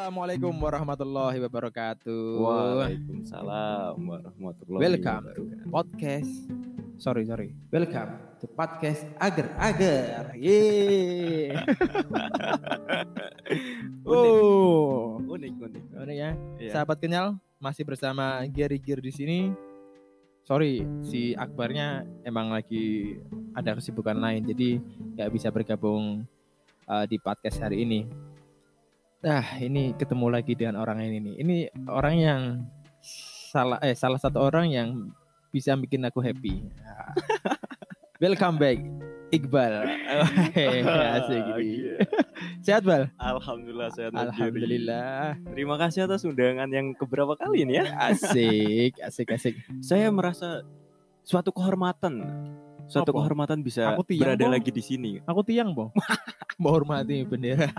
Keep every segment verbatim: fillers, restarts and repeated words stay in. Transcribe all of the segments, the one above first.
Assalamualaikum warahmatullahi wabarakatuh. Waalaikumsalam warahmatullahi Welcome wabarakatuh. to podcast. Sorry sorry. Welcome to podcast agar-agar. Yeay. Oh, Unik unik. unik ya. Iya. Sahabat kenyal, masih bersama Gary Gear di sini. Sorry, si Akbarnya emang lagi ada kesibukan lain, jadi nggak bisa bergabung uh, di podcast hari ini. Nah, ini ketemu lagi dengan orang ini nih. Ini orang yang salah eh salah satu orang yang bisa bikin aku happy. Nah. Welcome back, Iqbal. Asik gitu. Sehat, Bal? Alhamdulillah sehat. Alhamdulillah. Terima kasih atas undangan yang keberapa kali ini ya. Asik, asik, asik. Saya merasa suatu kehormatan. Suatu Apa? kehormatan bisa Aku tiang, berada Bang. lagi di sini. Aku tiang, Bang. Menghormati bendera.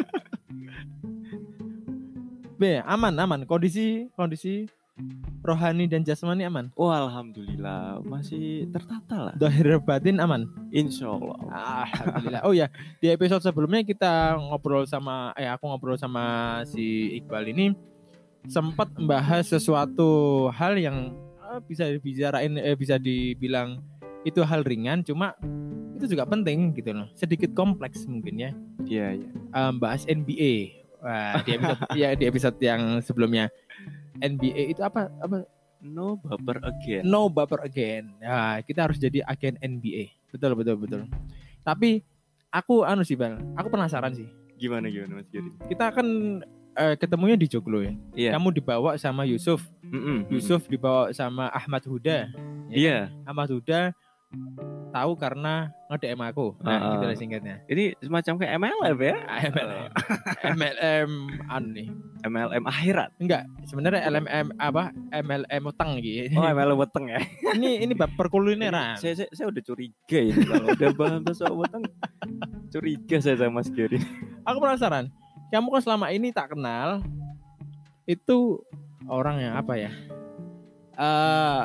B, aman, aman. Kondisi, kondisi rohani dan jasmani aman. Oh, alhamdulillah masih tertata lah. Zahir batin aman. Insya Allah. Alhamdulillah. Oh ya, di episode sebelumnya kita ngobrol sama, eh aku ngobrol sama si Iqbal ini sempat membahas sesuatu hal yang eh, bisa dibicarain, eh, bisa dibilang itu hal ringan, cuma itu juga penting gitu loh. Sedikit kompleks mungkin ya. Iya iya. Um, bahas N B A. Wah, di episode ya di episode yang sebelumnya. N B A itu apa? Apa? No baper again. No baper again. Nah, kita harus jadi agen N B A. Betul betul betul. Tapi aku anu sih, Bang. Aku penasaran sih. Gimana gimana Mas Giri? Kita kan eh, ketemunya di Joglo ya. Iya. Kamu dibawa sama Yusuf. Mm-mm. Yusuf dibawa sama Ahmad Huda. Ya Iya. kan? Ahmad Huda tahu karena nge-D M aku. Nah, Uh-uh. gitu lah singkatnya. Ini semacam kayak M L M ya? M L M. M L M anu nih. M L M akhirat. Enggak, sebenarnya L M M apa? M L M utang gitu. Oh, M L M weteng ya. Ini ini bab perkulineran. Saya, saya saya udah curiga ini kalau udah bahas soal weteng. Curiga saya sama Mas Giri. Aku penasaran. Kamu kan selama ini tak kenal itu orang yang apa ya? Eh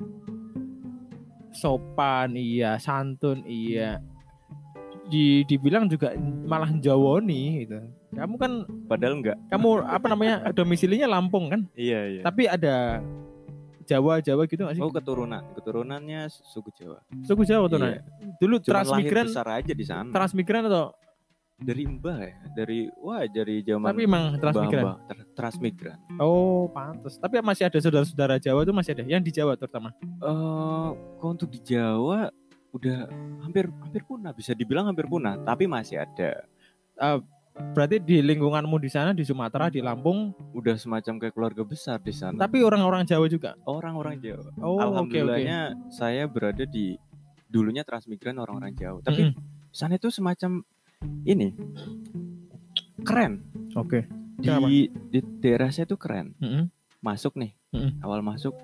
sopan iya, santun iya. Di dibilang juga malah jawoni gitu. Kamu kan Padahal enggak. kamu apa namanya? Domisilinya Lampung kan? Iya iya. Tapi ada Jawa-Jawa gitu enggak sih? Oh, keturunan. Keturunannya suku Jawa. Suku Jawa tuh Iya. Dulu Cuma lahir transmigran besar aja di sana. transmigran atau Dari Mbah ya, dari wah dari zaman tapi emang transmigran. Mbah-mbah, ter- transmigran. Oh, pantas. Tapi masih ada saudara-saudara Jawa tuh masih ada. Yang di Jawa terutama. Eh, kalau untuk di Jawa udah hampir hampir punah, bisa dibilang hampir punah, tapi masih ada. Uh, berarti di lingkunganmu di sana di Sumatera, di Lampung, Udah semacam kayak keluarga besar di sana. tapi orang-orang Jawa juga. Orang-orang Jawa. Oh, oke oke. Alhamdulillahnya saya berada di dulunya transmigran orang-orang Jawa. Tapi Mm-mm. sana itu semacam ini keren. Oke. Kenapa? Di, di daerah saya itu keren. Mm-mm. Masuk nih, Mm-mm. awal masuk,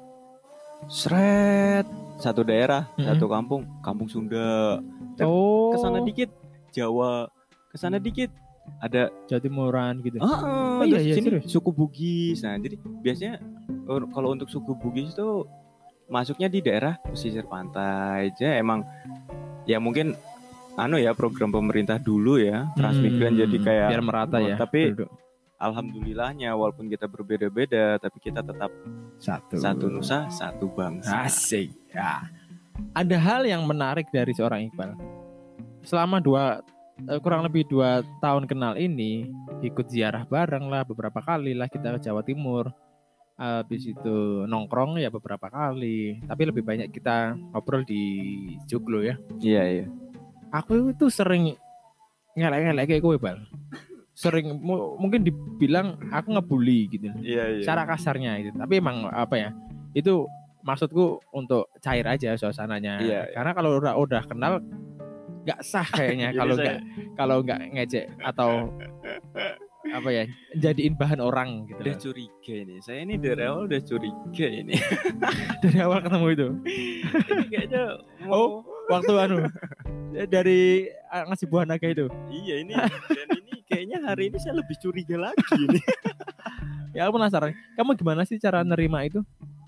seret satu daerah, Mm-mm. satu kampung, kampung Sunda. Ter- Oh. Kesana dikit Jawa, kesana dikit ada Jawa Timuran gitu. ah, Oh, iya, terus iya, sini serius? suku Bugis. Nah, jadi biasanya or- kalau untuk suku Bugis itu masuknya di daerah pesisir pantai aja. Emang ya mungkin anu ya program pemerintah dulu ya transmigran Hmm, jadi kayak biar merata oh, ya. tapi penduduk. alhamdulillahnya walaupun kita berbeda-beda tapi kita tetap satu. satu nusa satu bangsa. Asik. Ya. Ada hal yang menarik dari seorang Iqbal. Selama dua eh, kurang lebih dua tahun kenal ini, ikut ziarah bareng lah beberapa kali lah kita ke Jawa Timur. Habis itu nongkrong ya beberapa kali. Tapi lebih banyak kita ngobrol di Joglo ya. Iya iya. Aku itu sering ngelek-ngelek kayak kowe, Bal. Sering mu- mungkin dibilang aku ngebully gitu. Iya iya. Cara kasarnya itu. Tapi emang apa ya? Itu maksudku untuk cair aja suasananya. Iya, iya. Karena kalau udah udah kenal nggak sah kayaknya Jadi kalau saya- nggak kalau nggak ngejek atau apa ya jadiin bahan orang gitu. Udah curiga ini. Saya ini dari awal udah curiga ini. Dari awal ketemu itu. Ini kayaknya mau Oh, waktu anu dari ah, ngasih buah naga itu. iya ini dan ini kayaknya hari ini saya lebih curiga lagi nih. Ya aku penasaran. Kamu gimana sih cara nerima itu?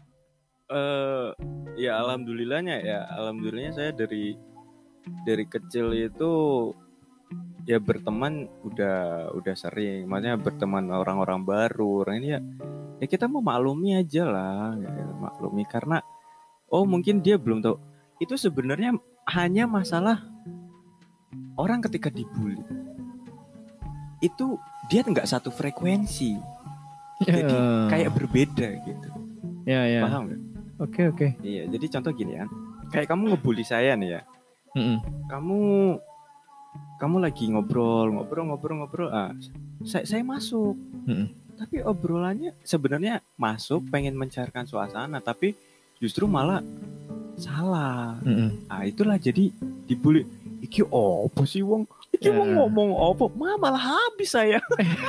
Eh ya alhamdulillahnya ya alhamdulillahnya saya dari dari kecil itu ya berteman udah udah sering, maksudnya berteman orang-orang baru, orang ini ya ya kita mau maklumi aja lah, ya, maklumi karena oh mungkin dia belum tahu itu sebenarnya hanya masalah orang ketika dibully itu dia nggak satu frekuensi, jadi Ya. kayak berbeda gitu, Ya ya. paham nggak? Oke oke. Iya, jadi contoh gini ya, kayak kamu ngebully saya nih ya, Mm-mm. kamu kamu lagi ngobrol ngobrol ngobrol ngobrol, ah saya saya masuk, Mm-mm. tapi obrolannya sebenarnya masuk pengen mencairkan suasana, tapi justru malah salah. Mm-mm. Ah itulah jadi dibully. Iki opo sih wong? Iki Ya. mau ngomong opo? Ma malah habis saya.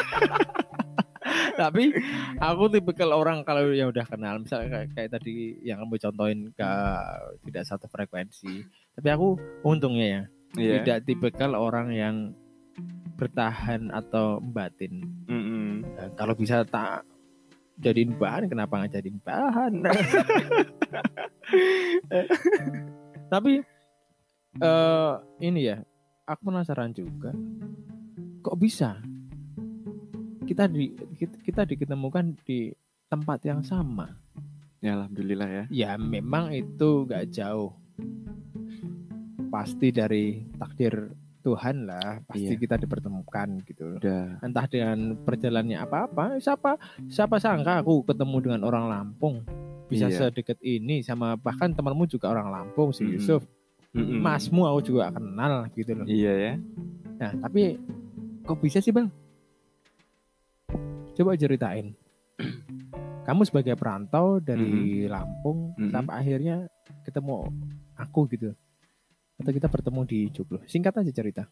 Tapi aku tipikal orang kalau yang udah kenal, misalnya kayak, kayak tadi yang kamu contohin ke tidak satu frekuensi. Tapi aku untungnya ya Iya. tidak tipikal orang yang bertahan atau batin. Mm-mm. Nah, kalau bisa tak jadiin bahan, kenapa nggak jadiin bahan? Tapi eh, ini ya, aku penasaran juga, kok bisa kita di kita, kita diketemukan di tempat yang sama? Ya alhamdulillah ya. Ya memang itu nggak jauh, pasti dari takdir Tuhan lah, pasti Iya. kita dipertemukan gitu. Udah. Entah dengan perjalanannya apa-apa, siapa siapa sangka aku ketemu dengan orang Lampung bisa Iya. sedekat ini, sama bahkan temanmu juga orang Lampung, si Mm-mm. Yusuf. Mm-mm. Masmu aku juga kenal gitu loh. Iya ya. Nah tapi kok bisa sih Bang? Coba ceritain. Kamu sebagai perantau dari Lampung, Mm-mm. sampai akhirnya ketemu aku gitu, atau kita bertemu di Joglo. Singkat aja cerita.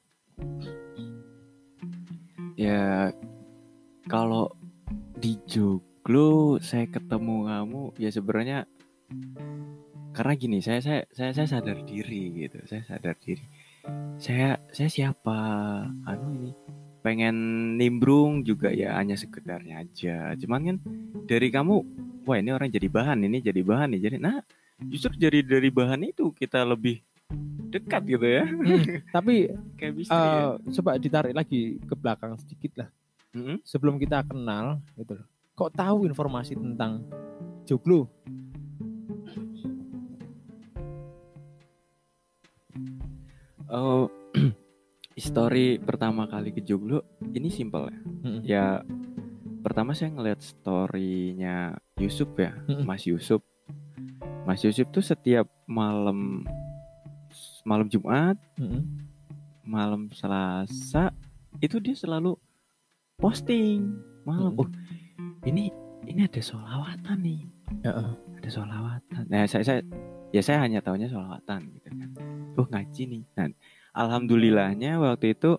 Ya kalau di Joglo saya ketemu kamu ya sebenarnya karena gini, saya saya saya saya sadar diri gitu. Saya sadar diri. Saya saya siapa? Anu ini pengen nimbrung juga ya hanya sekedarnya aja. Cuman kan dari kamu, wah ini orang jadi bahan, ini jadi bahan nih. Jadi nah, justru dari dari bahan itu kita lebih dekat gitu ya. Hmm, tapi Kayak bisa uh, ya. coba ditarik lagi ke belakang sedikit lah. Mm-mm. Sebelum kita kenal gitu loh. Kok tahu informasi tentang Joglo? Oh, story pertama kali ke Joglo ini simpel ya. Mm-mm. Ya pertama saya ngeliat storynya Yusuf ya, Mm-mm. Mas Yusuf. Mas Yusuf tuh setiap malam malam Jumat, Mm-mm. malam Selasa itu dia selalu posting malam. Mm-mm. Oh, ini ini ada sholawatan nih. Ya, Ada sholawatan. Nah, saya saya ya saya hanya tahunya sholawatan gitu kan. Oh, ngaji nih. Nah, alhamdulillahnya waktu itu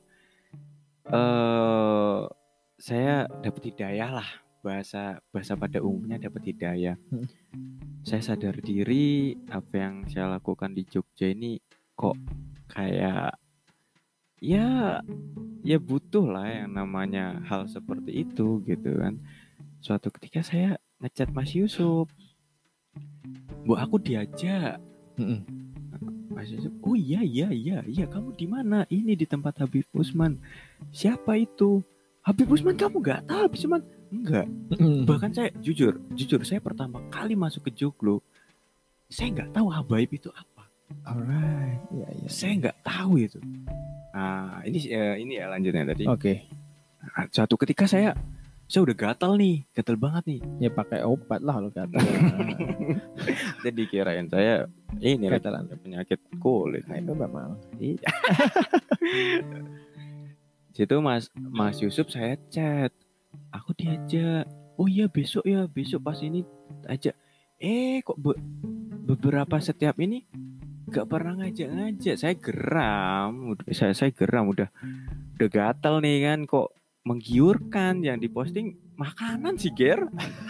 eh saya dapat hidayah lah, bahasa bahasa pada umumnya dapat hidayah. Hmm. Saya sadar diri apa yang saya lakukan di Jogja ini kok kayak ya ya butuh lah yang namanya hal seperti itu gitu kan. Suatu ketika saya ngechat Mas Yusuf, Bu aku diajak. Mm-mm. Mas Yusuf, oh iya iya iya iya kamu di mana? Ini di tempat Habib Usman. Siapa itu? Habib Usman kamu nggak tahu Habib Usman? Enggak. Mm-mm. Bahkan saya jujur, jujur saya pertama kali masuk ke Joglo, saya nggak tahu Habaib itu apa. Alright, ya ya. Saya nggak tahu itu. Nah ini eh, ini ya lanjutnya tadi. Oke, Nah, suatu ketika saya saya udah gatal nih, gatal banget nih. ya pakai obat lah lo kata. Jadi kirain saya ini Gatalan. penyakit kulit. Nah, itu memang. Iya. Situ Mas Mas Yusuf saya chat, aku diajak. Oh iya besok ya, besok pas ini ajak. Eh kok be- beberapa setiap ini gak pernah ngajak-ngajak. Saya geram, udah saya saya geram udah udah gatal nih kan, kok menggiurkan yang diposting makanan sih Ger.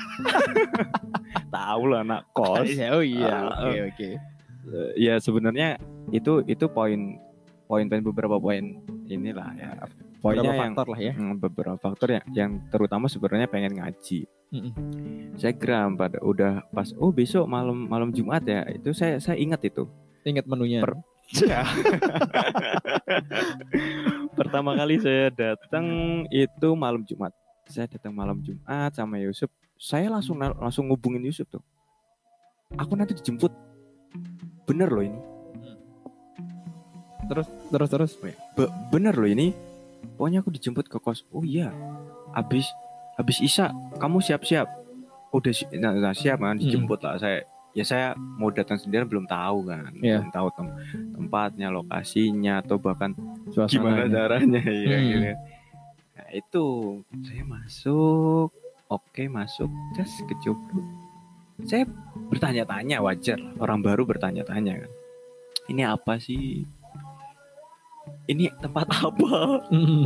Tahu lah anak kos. Oh iya, Ah, oke oke. Eh, ya sebenarnya itu itu poin poin poin beberapa poin inilah ya. Poinnya Beberapa yang faktor lah ya. hmm, beberapa faktor yang yang terutama sebenarnya pengen ngaji. Mm-mm. Saya geram pada udah pas oh besok malam malam Jumat ya. Itu saya saya ingat itu. Ingat menunya. Per- Pertama kali saya datang itu malam Jumat. Saya datang malam Jumat sama Yusuf. Saya langsung langsung ngubungin Yusuf tuh. Aku nanti dijemput. Bener loh ini. Terus terus terus. Be- bener loh ini. Pokoknya aku dijemput ke kos. Oh iya. Habis habis Isya kamu siap-siap. Udah si- nah, nah, siap kan dijemput hmm. lah saya. Ya saya mau datang sendiri belum tahu kan. Yeah. Belum tahu tem- tempatnya, lokasinya atau bahkan suasananya. Gimana caranya ya hmm. gitu. Nah, itu saya masuk. Oke, masuk. Terus ke Joglo. Saya bertanya-tanya, wajar orang baru bertanya-tanya kan. Ini apa sih? Ini tempat apa?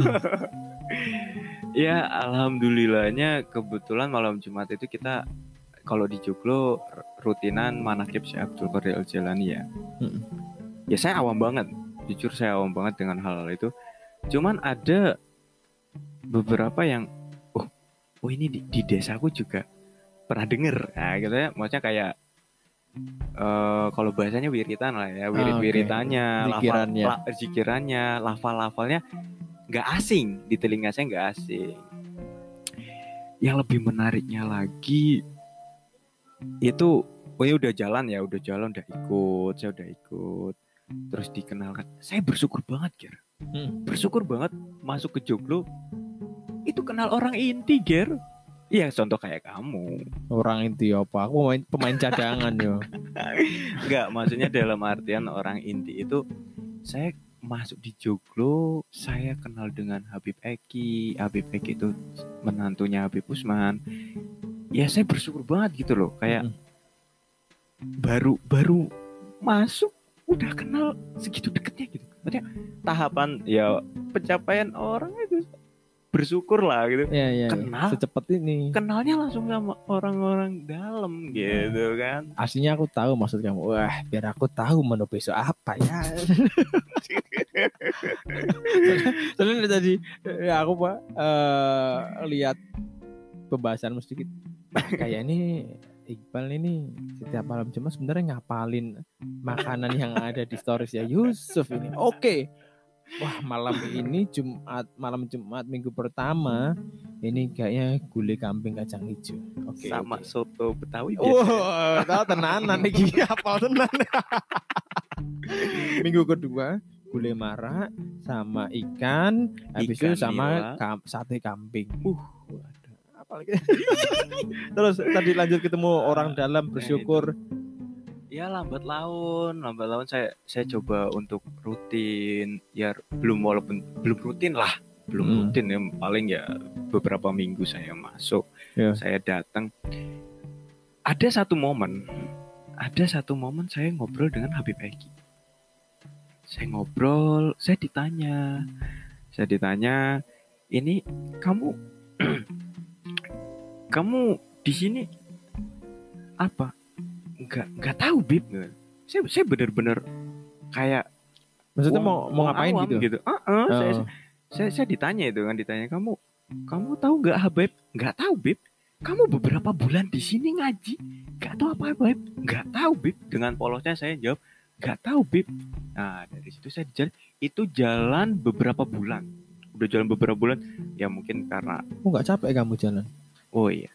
Ya alhamdulillahnya kebetulan malam Jumat itu kita kalau di Joglo rutinan manakib Syekh Abdul Qadir Al-Jailani ya. Hmm. Ya saya awam banget, jujur saya awam banget dengan hal-hal itu. Cuman ada beberapa yang, oh, oh ini di, di desaku juga pernah denger. Nah gitu ya, maksudnya kayak uh, kalau bahasanya wiritan lah ya, wirid-wiritannya, oh, okay. Zikirannya, lafal, la, zikirannya, lafal-lafalnya nggak asing, di telinga saya nggak asing. Yang lebih menariknya lagi itu, oh ya udah jalan ya, udah jalan, udah ikut, saya udah ikut, terus dikenalkan. Saya bersyukur banget, Ger. Hmm. Bersyukur banget masuk ke Joglo, itu kenal orang inti, Ger. Iya, contoh kayak kamu. Orang inti apa? Aku pemain, pemain cadangan yo. Enggak, maksudnya dalam artian orang inti itu saya masuk di Joglo, saya kenal dengan Habib Eki. Habib Eki itu menantunya Habib Usman. Ya saya bersyukur banget gitu loh, kayak hmm. baru baru masuk udah kenal segitu deketnya gitu. Maksudnya tahapan ya pencapaian orang itu bersyukur lah gitu. Ya, ya, kenal secepat ini. Kenalnya langsung sama orang-orang dalam gitu kan. Aslinya aku tahu maksud kamu. Wah, biar aku tahu menu besok apa ya. Soalnya tadi ya aku Pak uh, lihat pembahasan sedikit. Kayak ini Iqbal ini setiap malam Jumat sebenarnya ngapalin makanan yang ada di stories ya Yusuf ini. Oke. Okay. Wah, malam ini Jumat, malam Jumat minggu pertama ini kayaknya gulai kambing kacang hijau. Oke. Okay, sama okay. Soto Betawi. Wah, tahu tenanan iki apa tenan. Minggu kedua gulai marak sama ikan, habis ikan itu sama kam, sate kambing. Uh, apalagi. Terus tadi lanjut ketemu orang dalam bersyukur. Ya lambat laun, lambat laun saya saya coba untuk rutin, ya belum walaupun belum rutin lah, belum hmm. rutin ya, paling ya beberapa minggu saya masuk, yeah. saya datang. Ada satu momen, ada satu momen saya ngobrol dengan Habib Eki. Saya ngobrol, saya ditanya, saya ditanya, ini kamu, kamu di sini apa? Nggak nggak tahu Bib, saya saya benar-benar kayak maksudnya mau mau ngapain awam, gitu? gitu. Uh-uh, oh. saya, saya saya ditanya itu kan ditanya kamu kamu tahu nggak Habib? Nggak tahu Bib. Kamu beberapa bulan di sini ngaji, nggak tahu apa Bib? Nggak tahu Bib. Dengan polosnya saya jawab nggak tahu Bib. Nah dari situ saya jalan, itu jalan beberapa bulan, udah jalan beberapa bulan ya mungkin karena oh nggak capek kamu jalan? Oh iya.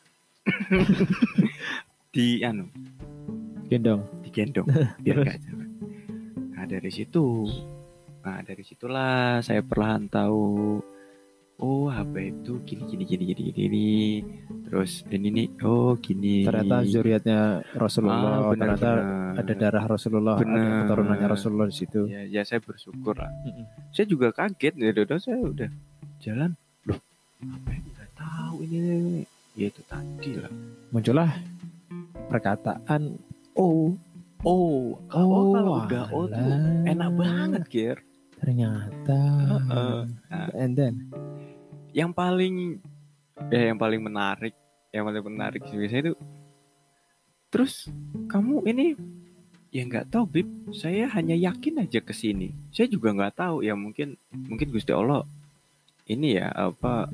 di anu gendong digendong biar gak jalan. Nah dari situ nah dari situlah saya perlahan tahu oh Habib itu gini gini gini gini gini terus ini nih oh gini ternyata zuriatnya Rasulullah, ah, benar, ternyata benar. Ada darah Rasulullah, benar. Ada keturunannya Rasulullah di situ. Ya, ya saya bersyukur lah. Mm-mm. Saya juga kaget ya, udah saya udah jalan loh Habib nggak tahu ini ya itu tadi lah muncullah perkataan oh oh oh, oh kalau udah oh tuh enak banget Ger ternyata uh-uh. Nah, and then yang paling ya yang paling menarik yang paling menarik biasanya itu terus kamu ini ya nggak tahu Bib saya hanya yakin aja kesini saya juga nggak tahu ya mungkin mungkin Gusti Allah ini ya apa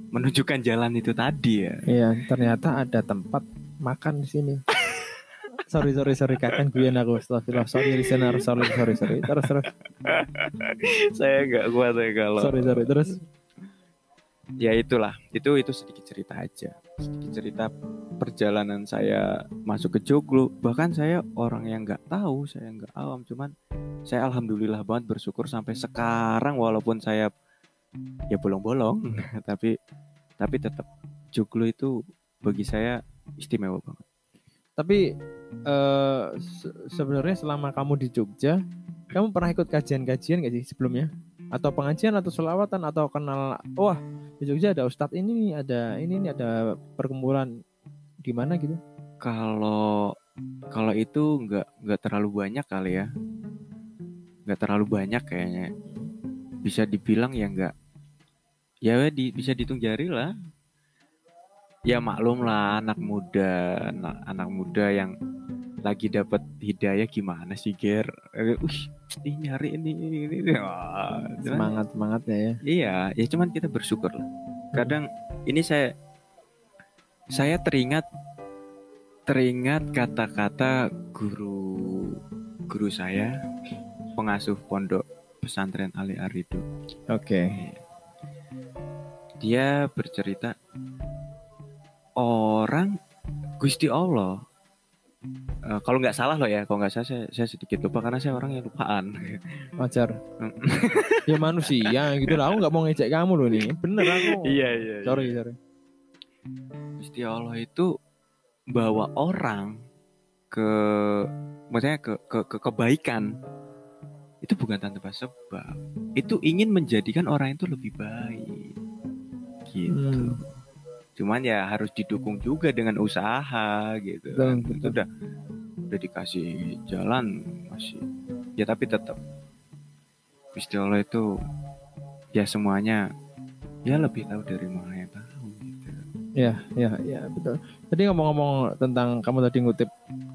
menunjukkan jalan itu tadi ya iya ternyata ada tempat makan di sini. sorry sorry sorry kakak guyon aku. Astagfirullah. Sorry listener, sorry sorry sorry. Terus terus. Saya nggak kuat ya kalau. Sorry sorry terus. Ya itulah, itu itu sedikit cerita aja, sedikit cerita perjalanan saya masuk ke joglo. Bahkan saya orang yang nggak tahu, saya nggak awam, cuman saya alhamdulillah banget bersyukur sampai sekarang walaupun saya ya bolong-bolong, tapi tapi tetap joglo itu bagi saya istimewa banget. Tapi uh, se- sebenarnya selama kamu di Jogja, kamu pernah ikut kajian-kajian nggak sih sebelumnya? Atau pengajian atau selawatan atau kenal, wah di Jogja ada ustadz ini, ada ini, ini ada perkumpulan di mana gitu? Kalau kalau itu nggak nggak terlalu banyak kali ya, nggak terlalu banyak kayaknya. Bisa dibilang ya nggak, ya di, bisa dihitung jari lah. Ya maklum lah anak muda, anak, anak muda yang lagi dapat hidayah gimana sih Ger? Uh, ini nyari ini ini, ini. Wah, Semangat semangatnya ya. Iya, ya cuman kita bersyukur lah. Kadang ini saya saya teringat teringat kata-kata guru guru saya, pengasuh pondok pesantren Ali Arido. Oke. Okay. Dia bercerita orang Gusti Allah. Uh, kalau nggak salah loh ya, kalau nggak salah saya, saya sedikit lupa karena saya orang yang lupaan. Wajar. Ya manusia gitu lah. Aku nggak mau ngejek kamu loh nih. Bener aku. Iya iya. Sorry iya. sorry. Gusti Allah itu bawa orang ke, maksudnya ke ke, ke kebaikan itu bukan tanpa sebab. Itu ingin menjadikan orang itu lebih baik. Gitu. Hmm. Cuman ya harus didukung juga dengan usaha gitu. Betul, kan. betul. Itu udah udah dikasih jalan masih. Ya tapi tetap Gusti Allah itu ya semuanya ya lebih tahu dari Maha yang tahu gitu. Ya, ya, ya betul. Tadi ngomong-ngomong tentang kamu tadi ngutip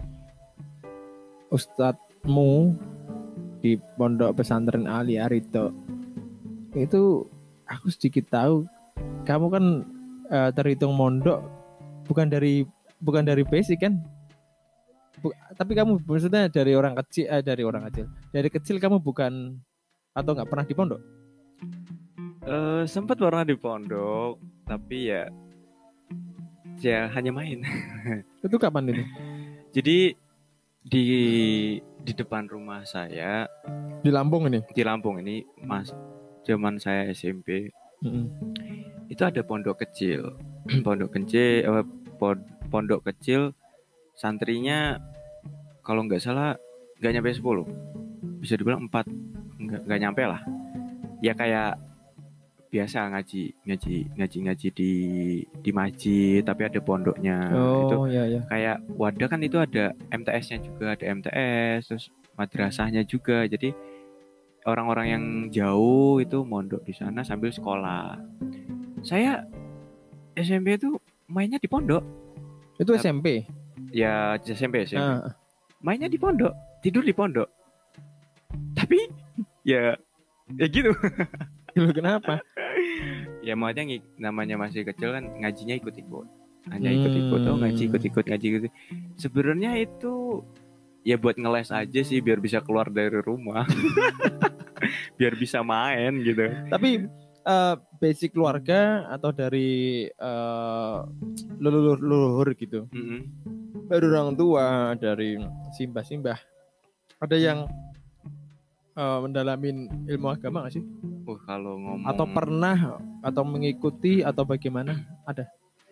ustadzmu di pondok pesantren Ali Arido. Itu aku sedikit tahu kamu kan Uh, terhitung mondok bukan dari bukan dari basic kan, Buk, tapi kamu maksudnya dari orang kecil eh, dari orang kecil dari kecil kamu bukan atau nggak pernah di pondok? Uh, sempat pernah di pondok tapi ya ya hanya main. Itu kapan itu? Jadi di di depan rumah saya di Lampung ini di Lampung ini mas zaman saya S M P. Mm-hmm. Itu ada pondok kecil, pondok kecil, eh, pondok kecil, santrinya kalau nggak salah nggak nyampe sepuluh, bisa dibilang empat, nggak nggak nyampe lah. Ya kayak biasa ngaji, ngaji, ngaji, ngaji di di masjid, tapi ada pondoknya. Oh, itu iya, iya. Kayak wadah kan itu ada M T S-nya juga, ada M T S, terus madrasahnya juga. Jadi orang-orang yang jauh itu mondok di sana sambil sekolah. Saya S M P itu mainnya di pondok. Itu S M P? Ya S M P, S M P. Ah. Mainnya di pondok, tidur di pondok. Tapi ya ya gitu. Lu kenapa? Ya maksudnya namanya masih kecil kan ngajinya ikut-ikut. Hanya ikut-ikut, oh ngaji ikut-ikut, ngaji ikut. Sebenarnya itu ya buat ngeles aja sih biar bisa keluar dari rumah. Biar bisa main gitu. Tapi Uh, basic keluarga atau dari uh, leluhur-leluhur gitu, mm-hmm. dari orang tua, dari simbah-simbah, ada yang uh, mendalamin ilmu agama nggak sih? Uh, kalau ngomong atau pernah atau mengikuti atau bagaimana? Ada?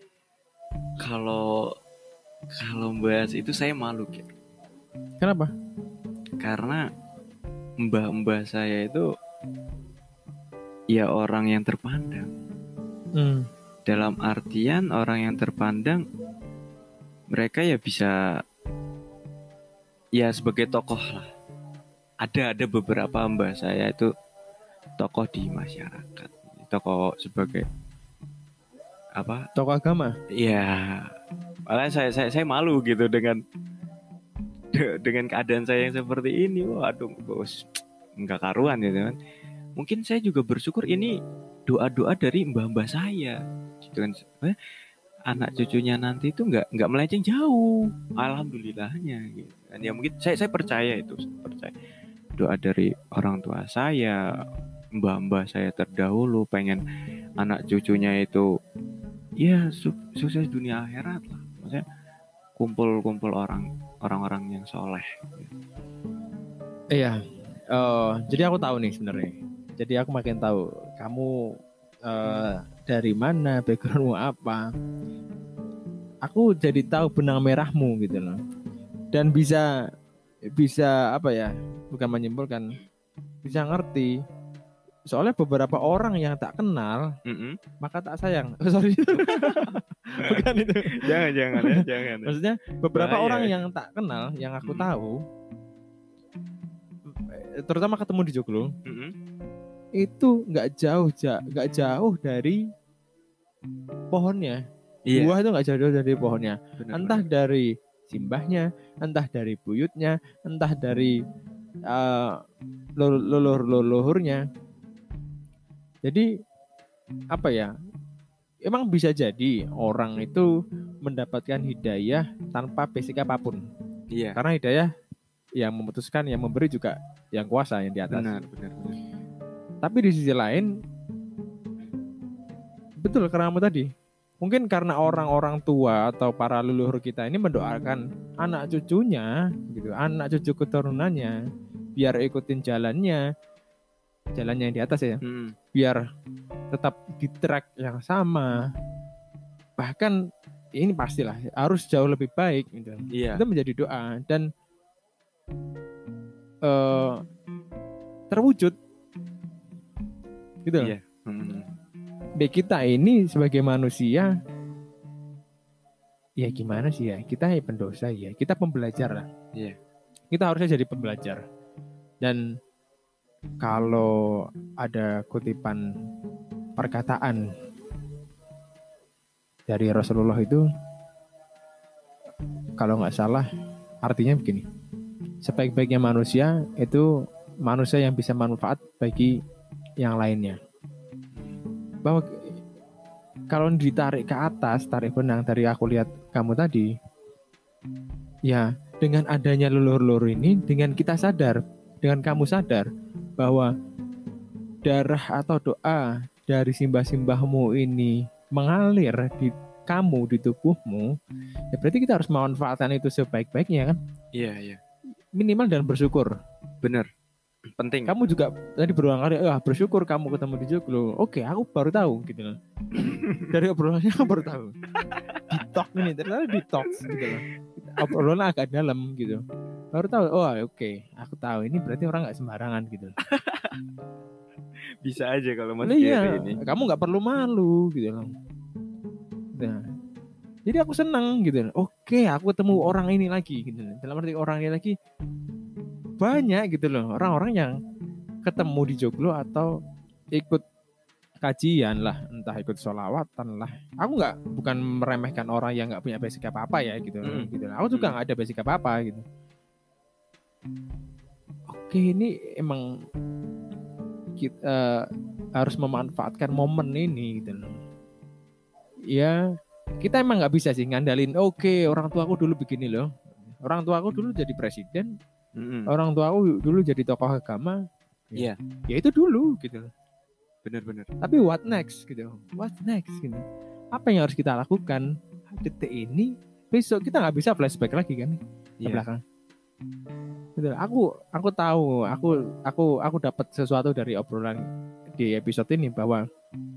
Kalau kalau bahas itu saya malu ya. Kenapa? Karena mbah-mbah saya itu ya orang yang terpandang. Hmm. Dalam artian orang yang terpandang, mereka ya bisa ya sebagai tokoh lah. Ada ada beberapa mbah saya itu tokoh di masyarakat, tokoh sebagai apa? Tokoh agama. Iya. Malah saya saya saya malu gitu dengan de, dengan keadaan saya yang seperti ini. Waduh, bos, enggak karuan gitu kan. Mungkin saya juga bersyukur ini doa-doa dari mbah-mbah saya gitu kan. anak cucunya nanti itu nggak nggak melenceng jauh, alhamdulillahnya gitu. Dan ya mungkin saya saya percaya itu, saya percaya doa dari orang tua saya, mbah-mbah saya terdahulu pengen anak cucunya itu ya su- sukses dunia akhirat lah, maksudnya kumpul-kumpul orang orang-orang yang soleh. Iya. Uh, jadi aku tahu nih sebenarnya. Jadi aku makin tahu kamu uh, dari mana, backgroundmu apa. Aku jadi tahu benang merahmu gitu loh. Dan bisa bisa apa ya? Bukan menyimpulkan, bisa ngerti. Soalnya beberapa orang yang tak kenal, Mm-mm. maka tak sayang. Oh, sorry. Bukan itu. Jangan jangan ya, jangan. Maksudnya beberapa Bahaya, orang ya. yang tak kenal, yang aku Mm. tahu, terutama ketemu di Joglo, Mm-mm. itu nggak jauh nggak jauh dari pohonnya. Iya. Buah itu nggak jauh dari pohonnya. Benar, entah benar. dari simbahnya, entah dari buyutnya, entah dari uh, leluhur-leluhurnya. Jadi apa ya? Emang bisa jadi orang itu mendapatkan hidayah tanpa basic apapun. Iya. Karena hidayah yang memutuskan, yang memberi juga yang kuasa yang di atas. Benar, benar, benar. Tapi di sisi lain, betul karena kamu tadi, mungkin karena orang-orang tua atau para leluhur kita ini mendoakan anak cucunya, gitu, anak cucu keturunannya, biar ikutin jalannya, jalannya yang di atas ya, Hmm. biar tetap di track yang sama. Bahkan ini pastilah harus jauh lebih baik, gitu. Iya. Itu menjadi doa dan uh, terwujud, gitu. Iya. Hmm. Dek kita ini sebagai manusia, ya gimana sih ya, kita ya pendosa ya, kita pembelajar lah. Iya. Kita harusnya jadi pembelajar. Dan kalau ada kutipan perkataan dari Rasulullah itu, kalau nggak salah artinya begini, sebaik-baiknya manusia itu manusia yang bisa manfaat bagi yang lainnya. Bahwa kalau ditarik ke atas, tarik benang dari aku lihat kamu tadi, ya dengan adanya leluhur-leluhur ini, dengan kita sadar, dengan kamu sadar bahwa darah atau doa dari simbah-simbahmu ini mengalir di kamu, di tubuhmu, ya berarti kita harus memanfaatkan itu sebaik-baiknya kan? Iya, iya. Minimal dan bersyukur. Benar. Penting. Kamu juga tadi berulang kali, ah bersyukur kamu ketemu di Joglo. Oke, aku baru tahu gitu loh. Dari obrolannya aku baru tahu. Di talk ini, ternyata di talk gitu loh. Obrolan agak dalam gitu. Baru tahu, oh oke, okay. Aku tahu ini berarti orang nggak sembarangan gitu. Bisa aja kalau Mas Gary iya, ini. Kamu nggak perlu malu gitu loh. Nah, jadi aku senang gitu. Oke, aku ketemu orang ini lagi gitu. Dalam arti orang ini lagi banyak gitu loh, orang-orang yang ketemu di Joglo atau ikut kajian lah, entah ikut sholawatan lah. Aku nggak, bukan meremehkan orang yang nggak punya basic apa-apa ya gitu. Hmm. gitu. Aku juga nggak ada basic apa-apa gitu. Oke, ini emang kita uh, harus memanfaatkan momen ini gitu loh. Ya, kita emang nggak bisa sih ngandalin. Oke, orang tua aku dulu begini loh. Orang tua aku dulu jadi presiden. Mm-hmm. Orang tua aku dulu jadi tokoh agama. Iya. Ya, ya itu dulu gitu. Benar-benar. Tapi what next gitu? What next gitu? Apa yang harus kita lakukan detik ini? Besok kita nggak bisa flashback lagi kan? Ke Iya. belakang. Gitu. Aku aku tahu, aku aku aku dapat sesuatu dari obrolan di episode ini bahwa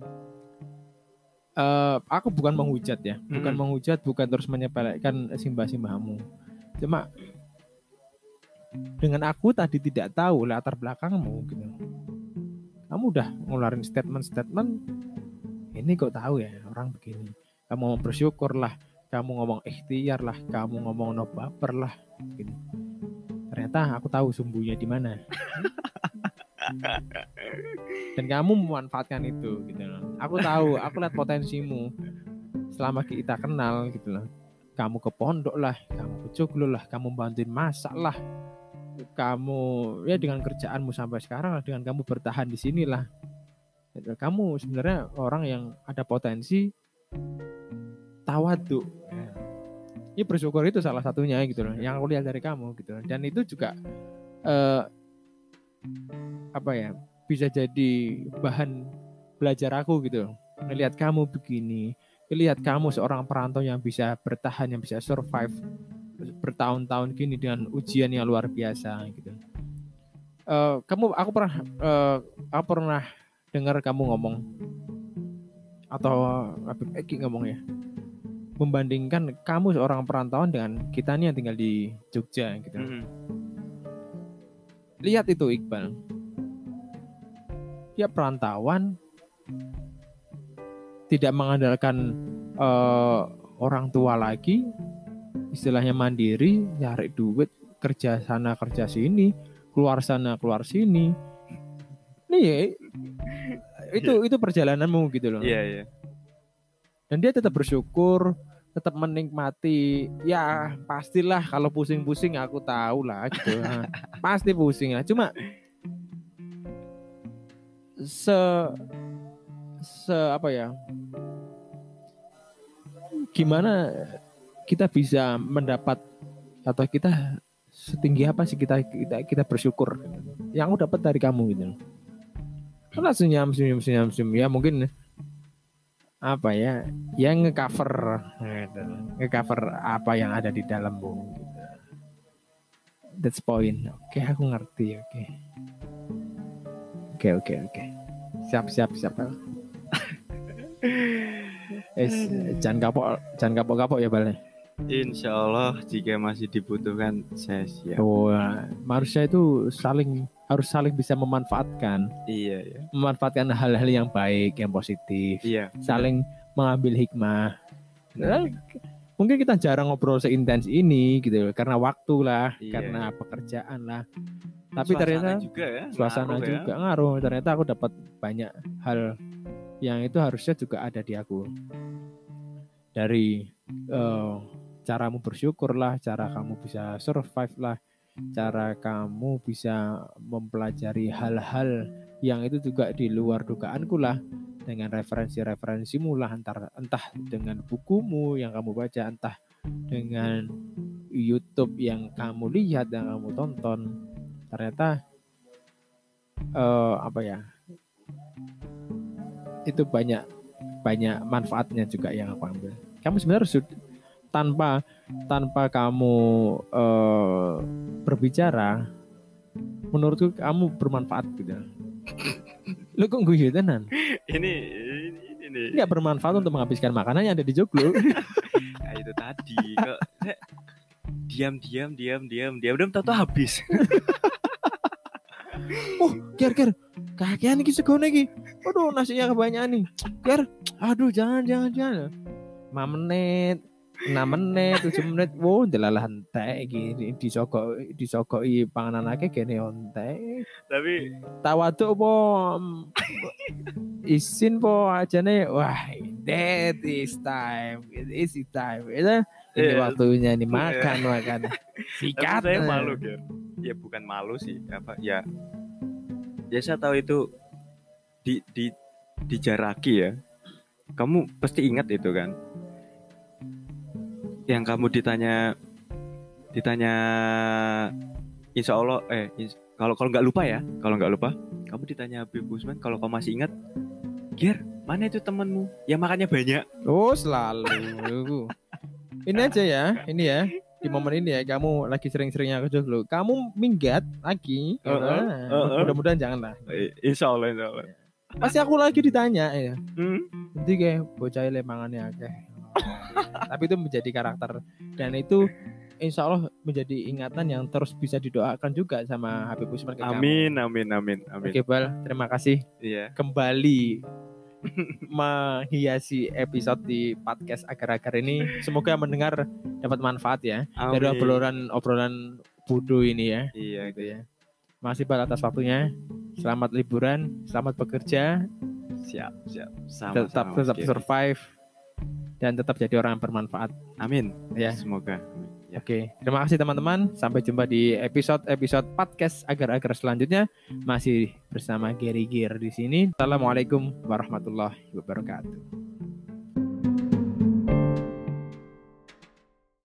uh, aku bukan menghujat ya, bukan Mm-hmm. menghujat, bukan terus menyepelekan simbah-simbahmu. Cuma dengan aku tadi tidak tahu latar belakangmu gitu. Kamu udah ngeluarin statement-statement ini kok tahu ya orang begini. Kamu ngomong bersyukur lah, kamu ngomong ikhtiar lah, kamu ngomong no baper lah gitu. Ternyata aku tahu sumbunya di mana. Dan kamu memanfaatkan itu gitu loh. Aku tahu, aku lihat potensimu. Selama kita kenal gitu loh. Kamu ke pondok lah, kamu ke Joglo lah, kamu bantuin masak lah. Kamu ya dengan kerjaanmu sampai sekarang, dengan kamu bertahan di sinilah. Kamu sebenarnya orang yang ada potensi tawadu. Ini bersyukur itu salah satunya gitu loh. Yang aku lihat dari kamu gitu loh. Dan itu juga eh, apa ya? Bisa jadi bahan belajar aku gitu loh. Melihat kamu begini, lihat kamu seorang perantau yang bisa bertahan, yang bisa survive bertahun-tahun gini dengan ujian yang luar biasa gitu. Uh, kamu, aku pernah, uh, aku pernah dengar kamu ngomong atau Habib Eki ngomong ya, membandingkan kamu seorang perantauan dengan kita nih yang tinggal di Jogja gitu. Mm-hmm. Lihat itu Iqbal, dia perantauan, tidak mengandalkan uh, orang tua lagi, istilahnya mandiri, cari duit, kerja sana kerja sini, keluar sana keluar sini. Nih ya, itu yeah. itu perjalananmu gitu loh. Iya yeah, iya. Yeah. Dan dia tetap bersyukur, tetap menikmati. Ya pastilah kalau pusing-pusing aku tahu lah gitu. Nah, pasti pusing lah. Cuma se se apa ya? Gimana kita bisa mendapat atau kita setinggi apa sih kita kita kita bersyukur yang aku dapat dari kamu gitu. Kalau senyum senyum senyum senyum ya mungkin apa ya yang ngecover gitu. Ngecover apa yang ada di dalammu gitu. That's point. Oke, aku ngerti. Oke. Oke oke oke. Siap siap siap. Es jangan kapok jangan kapok-kapok ya Bal. Insya Allah jika masih dibutuhkan saya siap. Oh, manusia itu saling harus saling bisa memanfaatkan. Iya, iya. Memanfaatkan hal-hal yang baik, yang positif. Iya. Saling benar. Mengambil hikmah. Nah, mungkin kita jarang ngobrol seintens ini gitu karena waktu lah, iya, karena pekerjaan lah. Tapi suasana ternyata juga ya, suasana ngaruh juga ya. Ngaruh. Ternyata aku dapat banyak hal yang itu harusnya juga ada di aku. Dari uh, caramu bersyukur lah, cara kamu bisa survive lah, cara kamu bisa mempelajari hal-hal yang itu juga di luar dugaanku lah, dengan referensi-referensimu lah, entah, entah dengan bukumu yang kamu baca, entah dengan YouTube yang kamu lihat, yang kamu tonton. Ternyata uh, apa ya, itu banyak banyak manfaatnya juga yang aku ambil. Kamu sebenarnya sudah tanpa tanpa kamu uh, berbicara, menurutku kamu bermanfaat gitu. Lu kok guyu tenan? Ini ini ini. Enggak bermanfaat untuk menghabiskan makanan yang ada di joglo. Nah, itu tadi kok diam diam diam diam diam diam tahu-tahu habis. Oh, ger ger. Kakean iki segone iki. Aduh, nasinya kebanyakan nih. Ger, aduh jangan jangan jangan. lima menit, enam menit, tujuh menit, wow, delalah entek iki disogok disogoki panganan akeh kene entek. Tapi tawaduk apa isin po ajane, wah, that is time. It is time. Itu ini yeah, waktunya nih makan yeah. makan. Sikat. Tapi saya malu, Ger. Ya bukan malu sih, apa ya. Ya saya tahu itu di di dijaraki ya. Kamu pasti ingat itu kan. Yang kamu ditanya ditanya insya Allah eh insya, kalau kalau nggak lupa ya kalau nggak lupa kamu ditanya Habib Usman kalau kamu masih ingat, Ger, mana itu temanmu yang makannya banyak? Oh selalu. Ini aja ya, ini ya di momen ini ya kamu lagi sering-seringnya ke Joglo, kamu minggat lagi, uh, uh, uh, uh. mudah-mudahan janganlah. Insya Allah, insya Allah. Pasti aku lagi ditanya ya, hmm? Nanti kayak bocah lemangannya akeh. Tapi itu menjadi karakter dan itu insya Allah menjadi ingatan yang terus bisa didoakan juga sama Habib Usman ke kamu. Amin, amin, amin, amin. Oke Bal, terima kasih. Iya. Kembali menghiasi episode di podcast agar-agar ini. Semoga mendengar dapat manfaat ya. Amin. Dari obrolan obrolan bodoh ini ya. Iya gitu ya. Makasih Bal atas waktunya. Selamat liburan, selamat bekerja. Siap, siap. Sama, tetap sama, tetap survive dan tetap jadi orang yang bermanfaat. Amin. Ya. Semoga. Ya. Oke, terima kasih teman-teman. Sampai jumpa di episode-episode podcast agar-agar selanjutnya. Masih bersama Gary Gear di sini. Assalamualaikum warahmatullahi wabarakatuh.